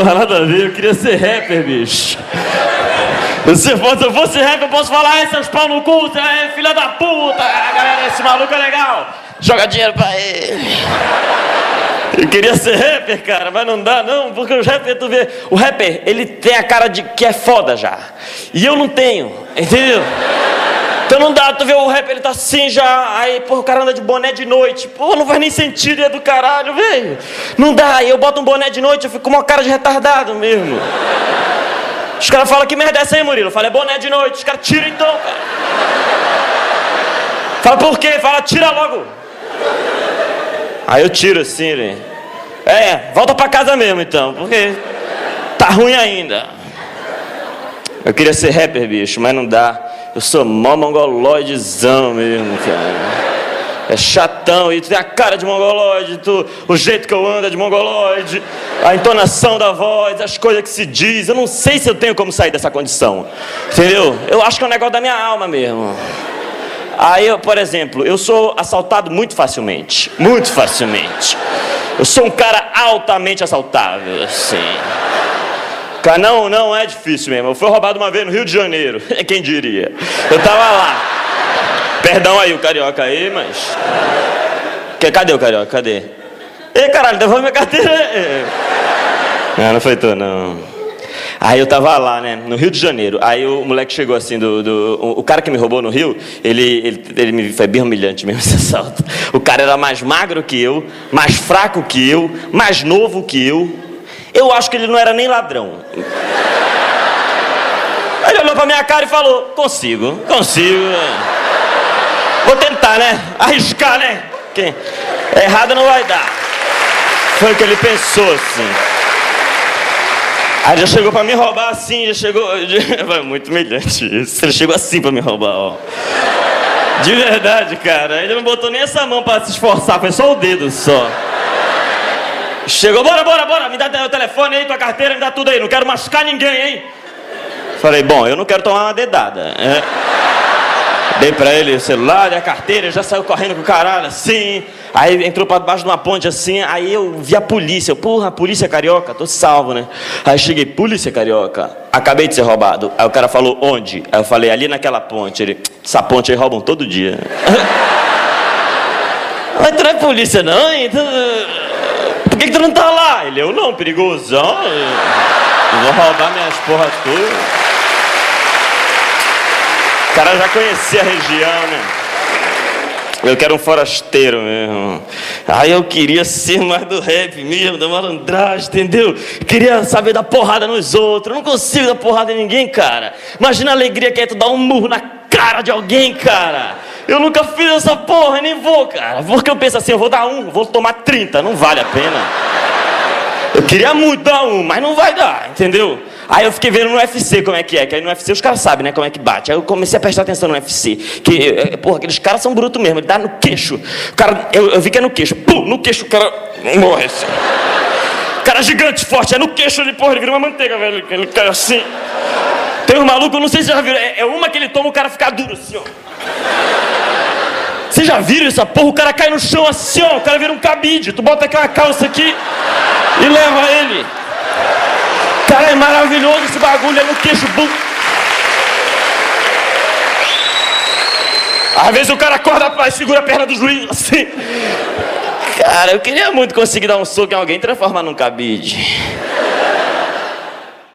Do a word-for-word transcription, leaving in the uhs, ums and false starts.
Porra, nada a ver, eu queria ser rapper, bicho. Se eu fosse, eu fosse rapper, eu posso falar, ei, seus pau no cu, é, filha da puta, galera, esse maluco é legal. Joga dinheiro pra ele. Eu queria ser rapper, cara, mas não dá não, porque o rapper, tu vê, o rapper, ele tem a cara de que é foda já. E eu não tenho, entendeu? Então não dá, tu vê o rapper, ele tá assim já, aí, pô, o cara anda de boné de noite. Pô, não faz nem sentido, é do caralho, velho. Não dá, aí eu boto um boné de noite, eu fico com uma cara de retardado mesmo. Os caras falam, que merda é essa aí, Murilo? Eu falo, é boné de noite. Os caras tiram então, cara. Fala, por quê? Fala, tira logo. Aí eu tiro assim, né? É, volta pra casa mesmo então, porque tá ruim ainda. Eu queria ser rapper, bicho, mas não dá. Eu sou mó mongoloidezão mesmo, cara. É chatão, e tu tem a cara de mongoloide, tu, o jeito que eu ando é de mongoloide, a entonação da voz, as coisas que se diz. Eu não sei se eu tenho como sair dessa condição, entendeu? Eu acho que é um negócio da minha alma mesmo. Aí, eu, por exemplo, eu sou assaltado muito facilmente, muito facilmente. Eu sou um cara altamente assaltável, assim. Cara, não, não é difícil mesmo. Eu fui roubado uma vez no Rio de Janeiro, quem diria? Eu tava lá. Perdão aí o carioca aí, mas... Cadê o carioca? Cadê? Ei, caralho, devolve minha carteira. Não, não foi tu, não. Aí eu tava lá, né, no Rio de Janeiro. Aí o moleque chegou assim, do, do, o, o cara que me roubou no Rio, ele, ele, ele me foi bem humilhante mesmo esse assalto. O cara era mais magro que eu, mais fraco que eu, mais novo que eu. Eu acho que ele não era nem ladrão. Aí ele olhou pra minha cara e falou, consigo, consigo. Vou tentar, né? Arriscar, né? Quem? Errado não vai dar. Foi o que ele pensou, assim. Aí já chegou pra me roubar assim, já chegou... Foi muito humilhante isso. Ele chegou assim pra me roubar, ó. De verdade, cara. Ele não botou nem essa mão pra se esforçar, foi só o dedo, só. Chegou, bora, bora, bora. Me dá o telefone aí, tua carteira, me dá tudo aí. Não quero machucar ninguém, hein? Falei, bom, eu não quero tomar uma dedada. É... Dei pra ele o celular, a carteira, já saiu correndo com o caralho, assim. Aí entrou pra debaixo de uma ponte, assim. Aí eu vi a polícia. Eu, porra, polícia carioca, tô salvo, né? Aí cheguei, polícia carioca, acabei de ser roubado. Aí o cara falou, onde? Aí eu falei, ali naquela ponte. Ele, essa ponte aí roubam todo dia. Mas tu não é polícia não, hein? Por que que tu não tá lá? Ele, eu não, perigosão. Eu vou roubar minhas porras todas. O cara já conhecia a região, né? Eu quero um forasteiro mesmo. Aí eu queria ser mais do rap mesmo, da malandragem, entendeu? Queria saber dar porrada nos outros. Eu não consigo dar porrada em ninguém, cara. Imagina a alegria que é tu dar um murro na cara de alguém, cara. Eu nunca fiz essa porra, nem vou, cara. Porque eu penso assim, eu vou dar um, vou tomar trinta, não vale a pena. Eu queria muito dar um, mas não vai dar, entendeu? Aí eu fiquei vendo no U F C como é que é, que aí no U F C os caras sabem, né, como é que bate. Aí eu comecei a prestar atenção no U F C, que, porra, aqueles caras são brutos mesmo, ele dá no queixo. O cara, eu, eu vi que é no queixo, pum, no queixo o cara morre assim. O cara gigante, forte, é no queixo ele, porra, ele vira uma manteiga, velho, ele cai assim. Tem um maluco, eu não sei se vocês já viram, é, é uma que ele toma, o cara fica duro assim, ó. Vocês já viram essa porra? O cara cai no chão assim, ó, o cara vira um cabide, tu bota aquela calça aqui e leva ele. Cara, é maravilhoso esse bagulho, é no queixo, bum. Às vezes o cara acorda atrás, segura a perna do juiz, assim. Cara, eu queria muito conseguir dar um soco em alguém e transformar num cabide.